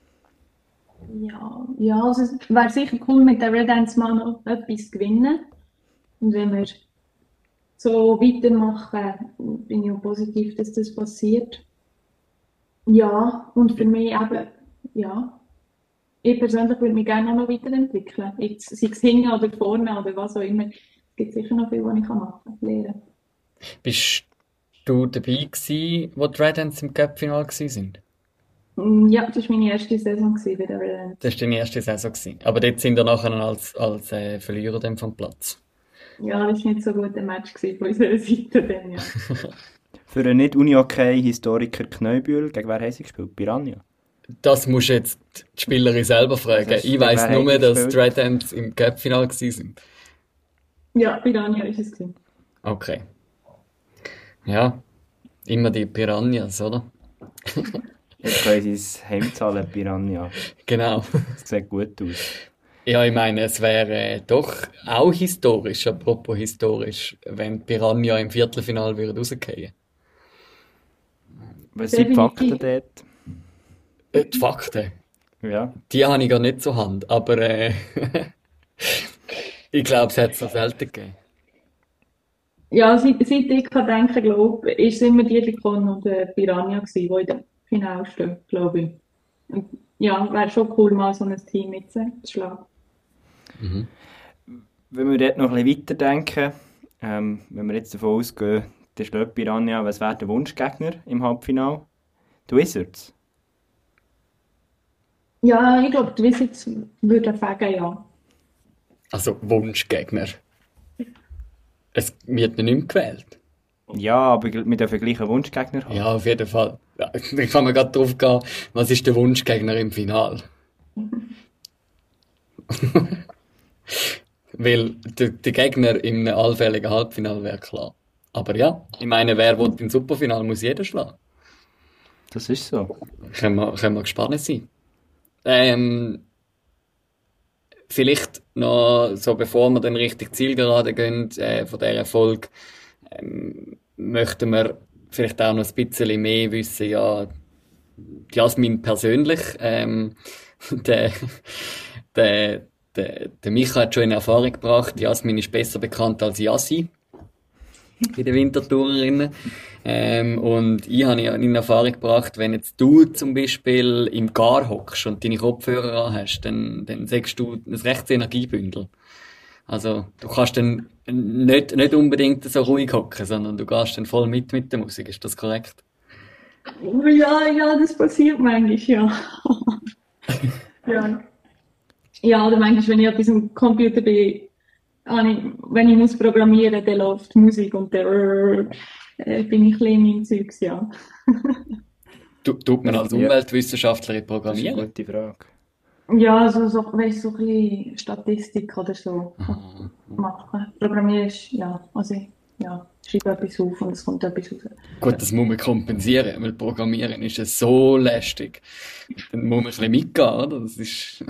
Ja, also es wäre sicher cool, mit der Red Ants mal noch etwas zu gewinnen. Und wenn wir so weitermachen, bin ich auch positiv, dass das passiert. Ja, und für mich eben, ja, ich persönlich würde mich gerne auch noch weiterentwickeln. Jetzt, sei es hinten oder vorne oder was auch immer. Es gibt sicher noch viel, was ich machen kann, lernen. Bist du dabei gewesen, wo die Red Ants im Cup-Final sind? Ja, das war meine erste Saison gewesen bei der Red Ants. Das war deine erste Saison gewesen. Aber dort sind wir nachher als Verlierer dann vom Platz. Ja, das war nicht so gut ein Match gewesen von unserer Seite dann, ja. für einen Nicht-Uni-Hockey-Historiker Kneubühl, gegen wer haben sie gespielt? Piranha? Das musst du jetzt die Spielerin selber fragen. Das ist- Ich weiss wer nur, hat dass die gespielt? Red Ants im Cup-Final waren. Ja, Piranha ist es gewesen. Okay. Ja, immer die Piranhas, oder? Jetzt können sie das Hemd zahlen, Piranha. Genau. Das sieht gut aus. Ja, ich meine, es wäre doch auch historisch, apropos historisch, wenn die Piranha im Viertelfinale rausgehen Was sind die Definitiv. Fakten dort? Die Fakten, Ja. die habe ich gar nicht zur Hand, aber ich glaube, es hat es noch selten gegeben. Ja, seit ich kann denken, glaube ich, ist es immer die Likon und Piranha gewesen, die in der Finale stehen, glaube ich. Und ja, wäre schon cool, mal so ein Team mitzuschlagen. Wenn wir dort noch ein bisschen weiterdenken, wenn wir jetzt davon ausgehen, der schlägt Piranha, was wäre der Wunschgegner im Halbfinale? Die Wizards? Ja, ich glaube, die Wizards würden sagen, ja. Also Wunschgegner. Es wird noch nicht mehr gewählt. Ja, aber wir dürfen gleich einen Wunschgegner haben. Ja, auf jeden Fall. Ja, dann kann man gerade drauf gehen, was ist der Wunschgegner im Final? Weil der Gegner im allfälligen Halbfinale wäre klar. Aber ja, ich meine, wer will im Superfinale, muss jeder schlagen. Das ist so. Können wir gespannt sein. Vielleicht noch, so bevor wir dann richtig Zielgerade gehen, von dieser Folge, möchten wir vielleicht auch noch ein bisschen mehr wissen, ja, Jasmin persönlich, der Micha hat schon in Erfahrung gebracht, Jasmin ist besser bekannt als Yassi bei den Wintertourerinnen. Und ich habe in Erfahrung gebracht, wenn jetzt du zum Beispiel im Gar hockst und deine Kopfhörer an hast, dann sagst du ein rechtes Energiebündel. Also du kannst dann nicht unbedingt so ruhig hocken, sondern du gehst dann voll mit der Musik. Ist das korrekt? Ja, das passiert manchmal, ja. Ja. Ja, oder manchmal, wenn ich an diesem Computer bin, wenn ich muss programmieren, dann läuft Musik und dann bin ich ein bisschen in meinem Zeugs, ja. Tut man als Ja. Umweltwissenschaftlerin Das ist eine programmieren? gute Frage. Ja, weißt, so ein bisschen Statistik oder so machen. Programmieren ist, ja, also, ja, schreibe etwas auf und es kommt etwas raus. Gut, das muss man kompensieren, weil Programmieren ist ja so lästig. Dann muss man ein bisschen mitgehen, oder? Das ist...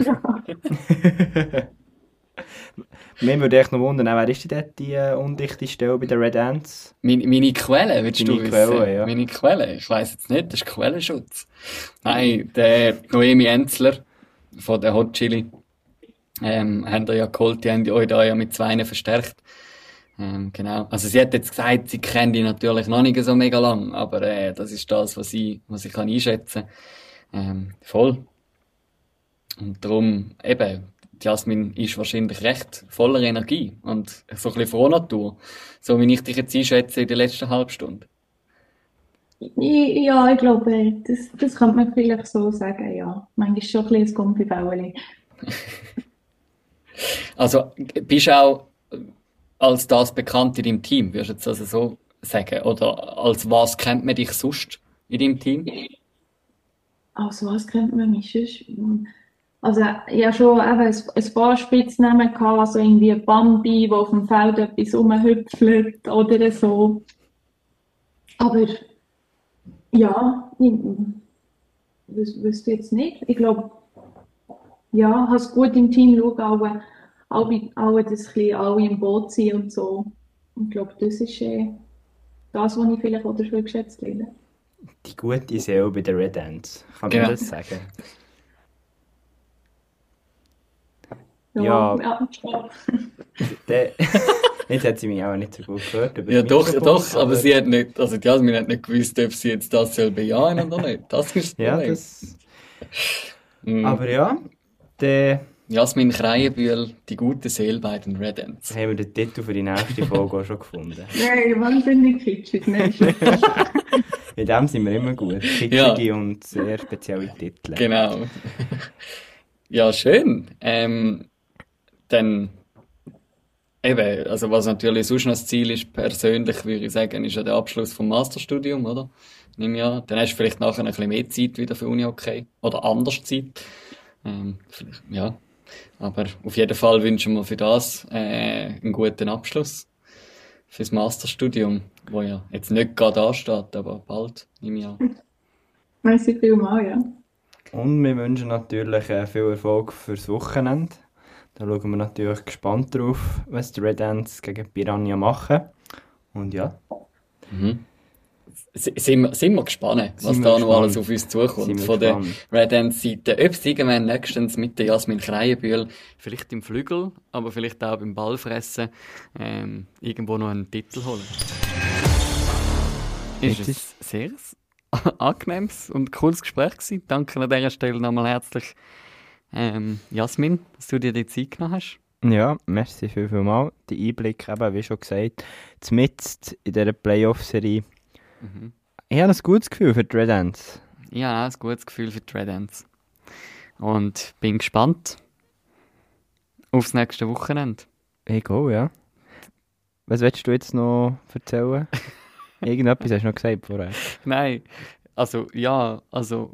Mir würde echt noch wundern, wer ist denn dort die undichte Stelle bei der Red Ants? Meine Quelle, willst du Deine wissen? Quelle, ja. Meine Quelle, ich weiss jetzt nicht, das ist Quellenschutz. Nein, der Noemi Enzler von der Hot Chili, haben ihr ja geholt, die haben euch da ja mit 2 verstärkt. Genau. Also sie hat jetzt gesagt, sie kennt die natürlich noch nicht so mega lang, aber das ist das, was ich kann einschätzen. Voll. Und darum, eben, die Jasmin ist wahrscheinlich recht voller Energie und so ein bisschen Frohnatur. So wie ich dich jetzt einschätze in der letzten halben Stunde. Ja, ich glaube, das könnte man vielleicht so sagen, ja. Manchmal schon ein bisschen ein Gumpibäuerli. Also, bist du auch als das bekannt in deinem Team, würdest du jetzt also so sagen? Oder als was kennt man dich sonst in deinem Team? Also, was kennt man mich sonst? Also, ich hatte schon eben ein paar Spitznamen gehabt, so irgendwie Bambi, der auf dem Feld etwas rumhüpfelt oder so. Aber ja, ich wüsste jetzt nicht. Ich glaube, ja, habe es gut im Team schauen, alle, dass ein bisschen alle im Boot sind und so. Ich glaube, das ist das, was ich vielleicht oder schon geschätzt habe. Die gute Seele bei der Red Ants. Kann man Genau. das sagen? Ja, Ja. ja, klar. Der- Jetzt hat sie mich auch nicht so gut gehört. Über Ja, das doch, Mikrofon, doch, aber sie hat nicht, also die Jasmin hat nicht gewusst, ob sie jetzt das soll bejahen oder nicht. Das ist das Ja, Problem. das... Mhm. Aber ja, dann Jasmin Kreienbühl, die gute Seele bei den Red Ants. haben wir den Titel für die nächste Folge auch schon gefunden. Nein, wahnsinnig kitschig. Nein, schon. In dem sind wir immer gut. Kitschige und sehr spezielle Titel. Genau. Ja, schön. Dann eben, also was natürlich sonst noch das Ziel ist, persönlich würde ich sagen, ist ja der Abschluss vom Masterstudium, oder? Nimm ja. Dann hast du vielleicht nachher ein bisschen mehr Zeit wieder für Uni-Hockey. Oder anders Zeit. Vielleicht, ja. Aber auf jeden Fall wünschen wir für das einen guten Abschluss fürs Masterstudium, wo ja jetzt nicht gerade ansteht, aber bald im Jahr. Merci vielmals, ja. Und wir wünschen natürlich viel Erfolg fürs Wochenende. Da schauen wir natürlich gespannt drauf, was die Red Ants gegen Piranha machen. Und ja, Sind wir gespannt, was Sind da wir noch alles gespannt. auf uns Sind zukommt wir von der gespannt. Red Ants Seite. Ob es irgendwann nächstens mit der Jasmin Kreienbühl, vielleicht im Flügel, aber vielleicht auch beim Ballfressen, irgendwo noch einen Titel holen. Ist Jetzt es sehr angenehmes und cooles Gespräch gewesen. Danke an dieser Stelle nochmal herzlich, Jasmin, dass du dir die Zeit genommen hast. ja, merci viel. Der Einblick, eben, wie schon gesagt, zumindest in dieser Playoff-Serie. Ich habe ein gutes Gefühl für die Red Ants. Ich habe auch ein gutes Gefühl für die Red Ants. Und bin gespannt aufs nächste Wochenende. Ich auch, ja. Was willst du jetzt noch erzählen? Irgendetwas hast du noch gesagt vorher. Nein, also, ja, also...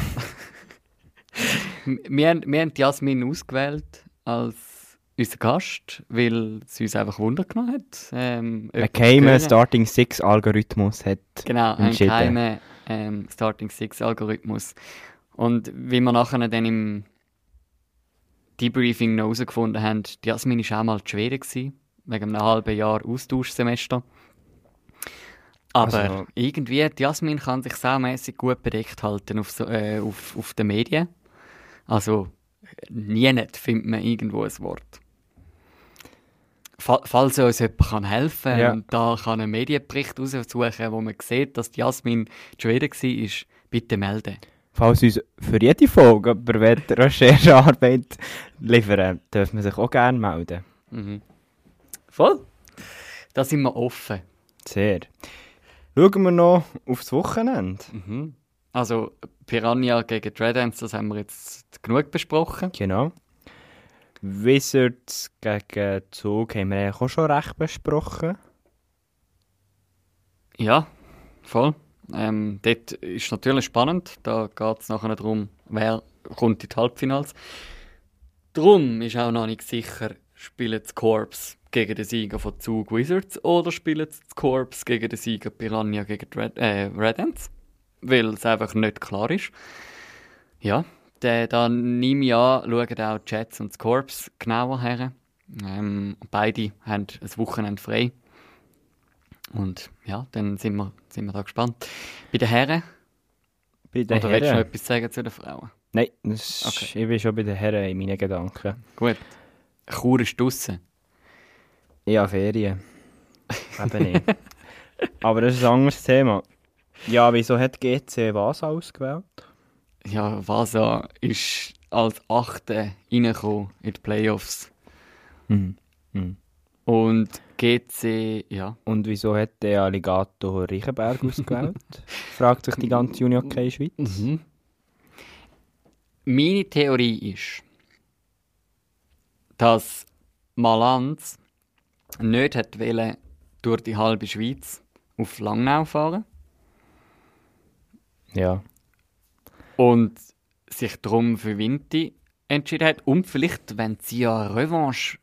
wir haben die Jasmin ausgewählt als unser Gast, weil sie uns einfach Wunder genommen hat. Ein jemanden zu geheimer hören. Starting Six Algorithmus hat Genau, ein entschieden. geheimer Starting Six Algorithmus. Und wie wir nachher dann im Debriefing noch herausgefunden haben, die Jasmin war auch mal in Schweden gewesen, wegen einem halben Jahr Austauschsemester. Aber Also- irgendwie, die Jasmin kann sich saumässig gut bedeckt halten auf den Medien. Also, nie nicht findet man irgendwo ein Wort. Falls uns jemand helfen kann Ja. und da kann einen Medienbericht raussuchen, wo man sieht, dass die Jasmin in Schweden war, bitte melden. Falls uns für jede Folge jemand Recherchearbeit liefern will, dürfen wir sich auch gerne melden. Voll. Da sind wir offen. Sehr. Schauen wir noch aufs Wochenende. Also Piranha gegen die Red Ants, das haben wir jetzt genug besprochen. Genau. Wizards gegen Zug haben wir eigentlich auch schon recht besprochen. Ja, voll. Dort ist natürlich spannend. Da geht es nachher darum, wer kommt in die Halbfinals. Darum ist auch noch nicht sicher, spielen die Corps gegen den Sieger von Zug Wizards oder spielen die Corps gegen den Sieger Piranha gegen die Red Ants. Weil es einfach nicht klar ist. Ja, da nehme ich an, schauen auch die Jets und die Corps genauer her. Beide haben ein Wochenende frei. Und ja, dann sind wir da gespannt. Bei den Herren? Oder willst du noch etwas sagen zu den Frauen? Nein, ich bin schon bei den Herren in meinen Gedanken. Gut. Chur ist draussen. Ja, Ferien. Eben nicht. Aber das ist ein anderes Thema. Ja, wieso hat GC Vasa ausgewählt? Ja, Vasa ist als 8. reingekommen in die Playoffs. Und GC, ja. Und wieso hat der Alligator Reichenberg ausgewählt? Fragt sich die ganze Junior-Hockey-Schweiz. Meine Theorie ist, dass Malanz nicht wollte durch die halbe Schweiz auf Langnau fahren. Ja. Und sich darum für Vinti entschieden hat. Und vielleicht, wenn sie ja Revanche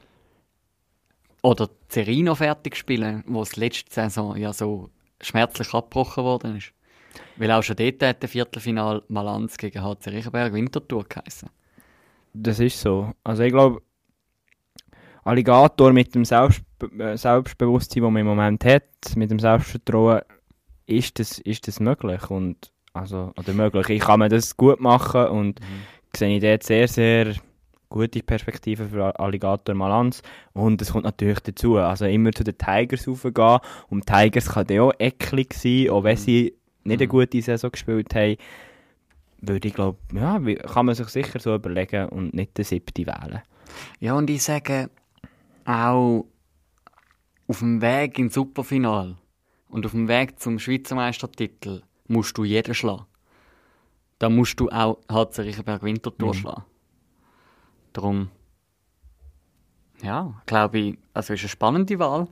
oder Serino fertig spielen, wo es letzte Saison ja so schmerzlich abgebrochen worden ist. Weil auch schon dort hat der Viertelfinal Malanz gegen HC Reichenberg Winterthur geheissen. Das ist so. Also ich glaube, Alligator mit dem Selbstbewusstsein, das man im Moment hat, mit dem Selbstvertrauen, ist das möglich. Und, oder möglich. Ich kann mir das gut machen und sehe ich dort sehr, sehr gute Perspektive für Alligator Malanz. Und es kommt natürlich dazu, also immer zu den Tigers raufgehen. Und die Tigers kann dann auch eklig sein, auch wenn sie nicht eine gute Saison gespielt haben. Würde ich glaube, ja, kann man sich sicher so überlegen und nicht den 7. wählen. Ja, und ich sage auch, auf dem Weg ins Superfinal und auf dem Weg zum Schweizer Meistertitel musst du jeden schlagen. Da musst du auch HC Reichenberg Winterthur schlagen. Darum, ja, glaube ich, also ist eine spannende Wahl,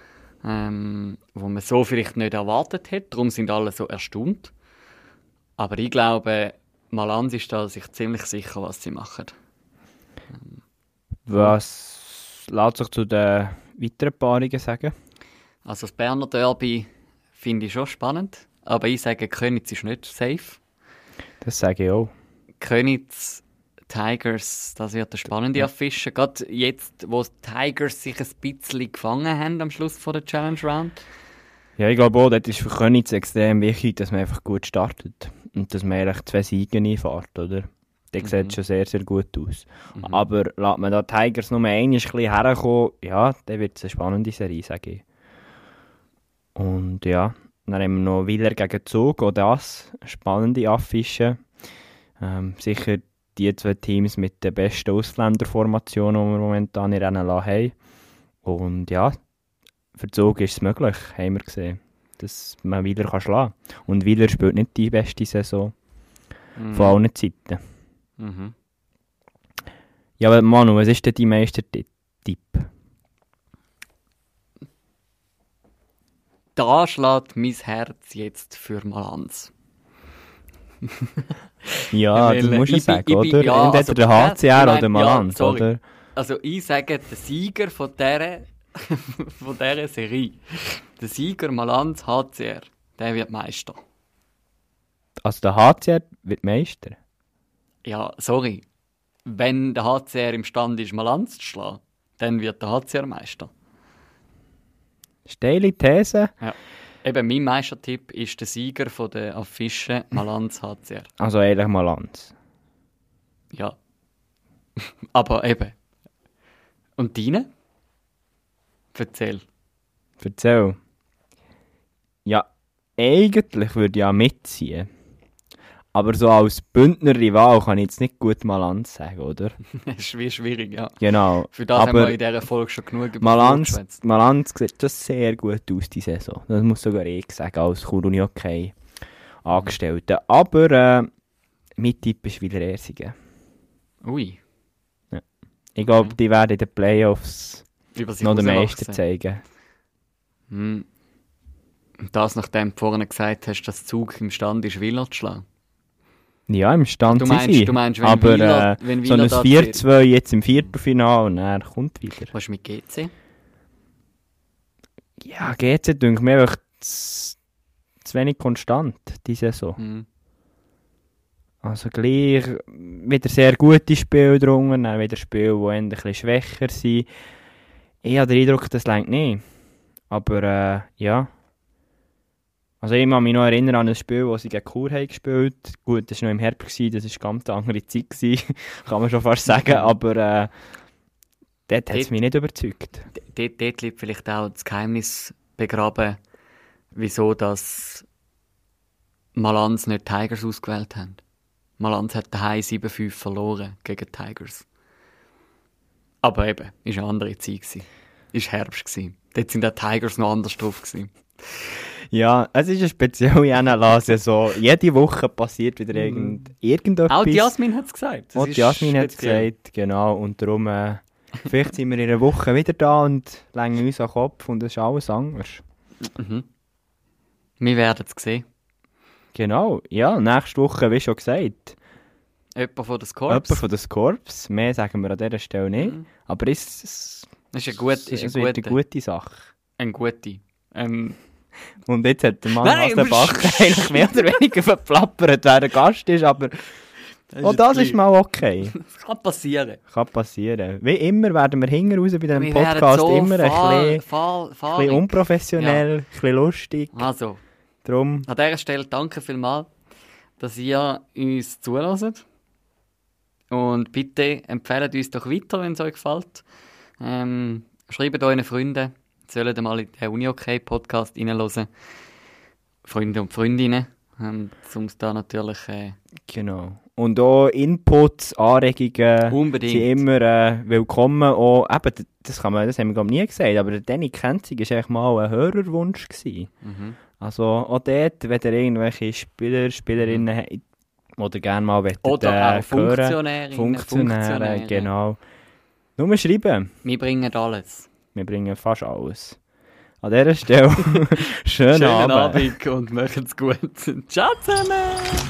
wo man so vielleicht nicht erwartet hat. Darum sind alle so erstaunt. Aber ich glaube, Malanz ist da sich ziemlich sicher, was sie machen. Was lässt sich zu den weiteren Paarungen sagen? Also das Berner Derby finde ich schon spannend. Aber ich sage, Königs ist nicht safe. Das sage ich auch. Königs Tigers, das wird eine spannende Affische. Gerade jetzt, wo die Tigers sich ein bisschen gefangen haben am Schluss von der Challenge Round. Ja, ich glaube auch, das ist für Königs extrem wichtig, dass man einfach gut startet. Und dass man eigentlich 2 Siege einfährt, oder? Das sieht schon sehr, sehr gut aus. Aber lässt man da Tigers nur ein bisschen herkommen, ja, dann wird es eine spannende Serie, sage ich. Und ja, dann haben wir noch Wieler gegen Zug, auch das, eine spannende Affische. Sicher die 2 Teams mit den besten Ausländerformationen, die wir momentan in Rennen haben. Und ja, für Zug ist es möglich, haben wir gesehen, dass man Wieler schlagen kann. Und Wieler spielt nicht die beste Saison von allen Zeiten. Ja, aber Manu, was ist denn dein Meistertipp? Da schlägt mein Herz jetzt für Malanz. Ja, das musst du sagen, oder? Ja, entweder also, der HCR oder Malanz, ja, oder? Also ich sage, der Sieger von dieser Serie, der Sieger Malanz HCR, der wird Meister. Also der HCR wird Meister? Ja, sorry. Wenn der HCR imstande ist, Malanz zu schlagen, dann wird der HCR Meister. Steile These? Ja. Eben, mein Meistertipp ist der Sieger von der Affische Malanz HCR. Also eigentlich Malanz. Ja. Aber eben. Und deine? Erzähl. Ja, eigentlich würde ich ja mitziehen. Aber so als Bündner Rival kann ich jetzt nicht gut Malanz sagen, oder? Das ist wie schwierig, ja. Genau. Für das haben wir in dieser Folge schon genug über Malanz sieht schon sehr gut aus, die Saison. Das muss sogar ich sagen, als Chur-Uni-Hockey Angestellter. Aber mein Tipp ist wieder Ersingen. Ui. Ja. Ich glaube, die werden in den Playoffs Über sich noch den meisten rauswachsen. zeigen. Und das, nachdem du vorhin gesagt hast, dass Zug imstande ist, Villa zu schlagen. Ja, im Stand Du sind meinst- sie. du meinst, wenn aber Villa- wenn so Villa ein da 4-2 jetzt im Viertelfinale und er kommt wieder. Was ist mit GC? Ja, GC denke mir einfach zu wenig konstant, diese Saison. Mhm. Also gleich wieder sehr gute Spiele drunter, dann wieder Spiele, die ein bisschen schwächer sind. Ich habe den Eindruck, das reicht nicht. Aber ja. Also ich kann mich noch erinnern an ein Spiel, das sie gegen Chur haben gespielt. Gut, das war noch im Herbst, das war eine ganz andere Zeit, kann man schon fast sagen. Aber dort hat es mich nicht überzeugt. Dort liegt vielleicht auch das Geheimnis begraben, wieso das Malanz nicht Tigers ausgewählt haben. Malanz hat daheim 7-5 verloren gegen die Tigers. Aber eben, es war eine andere Zeit. Es war Herbst. Dort sind die Tigers noch anders drauf. Ja, es ist eine spezielle NLA-Saison. Jede Woche passiert wieder irgendetwas. Auch die Jasmin hat es gesagt. Das Auch die ist Jasmin hat es speziell. gesagt, genau. Und darum, vielleicht sind wir in einer Woche wieder da und legen uns an den Kopf und es ist alles anders. Mhm. Wir werden es sehen. Genau, ja, nächste Woche, wie schon gesagt, Jemand von den jemand Scorps. von den Scorps. Mehr sagen wir an dieser Stelle nicht. Aber es Das ist eine wird eine gute Sache. Eine gute. Und jetzt hat der Mann Nein, Hasenbach eigentlich mehr oder weniger verplappert, wer der Gast ist, aber auch das ist mal okay. Das kann passieren. Kann passieren. Wie immer werden wir hinten raus bei diesem Wir Podcast werden so immer ein bisschen fahrig. unprofessionell, ein bisschen lustig. Also, Drum, an dieser Stelle danke vielmals, dass ihr uns zuhört. Und bitte empfehlt uns doch weiter, wenn es euch gefällt. Schreibt euren Freunden, sie sollen mal in den Uni-OK-Podcast reinhören. Freunde und Freundinnen. Um es da natürlich genau. Und auch Inputs, Anregungen unbedingt. sind immer willkommen. Auch, eben, das haben wir glaub, nie gesagt, aber der Danny Kenzig war eigentlich mal ein Hörerwunsch gewesen. Mhm. Also auch dort, wenn ihr irgendwelche Spieler, Spielerinnen habt, oder gerne mal Oder auch hören, Funktionärinnen, Funktionäre, genau. Nur schreiben. Wir bringen alles. Wir bringen fast alles. An dieser Stelle, schönen Abend. Abend und macht's gut. Ciao zusammen!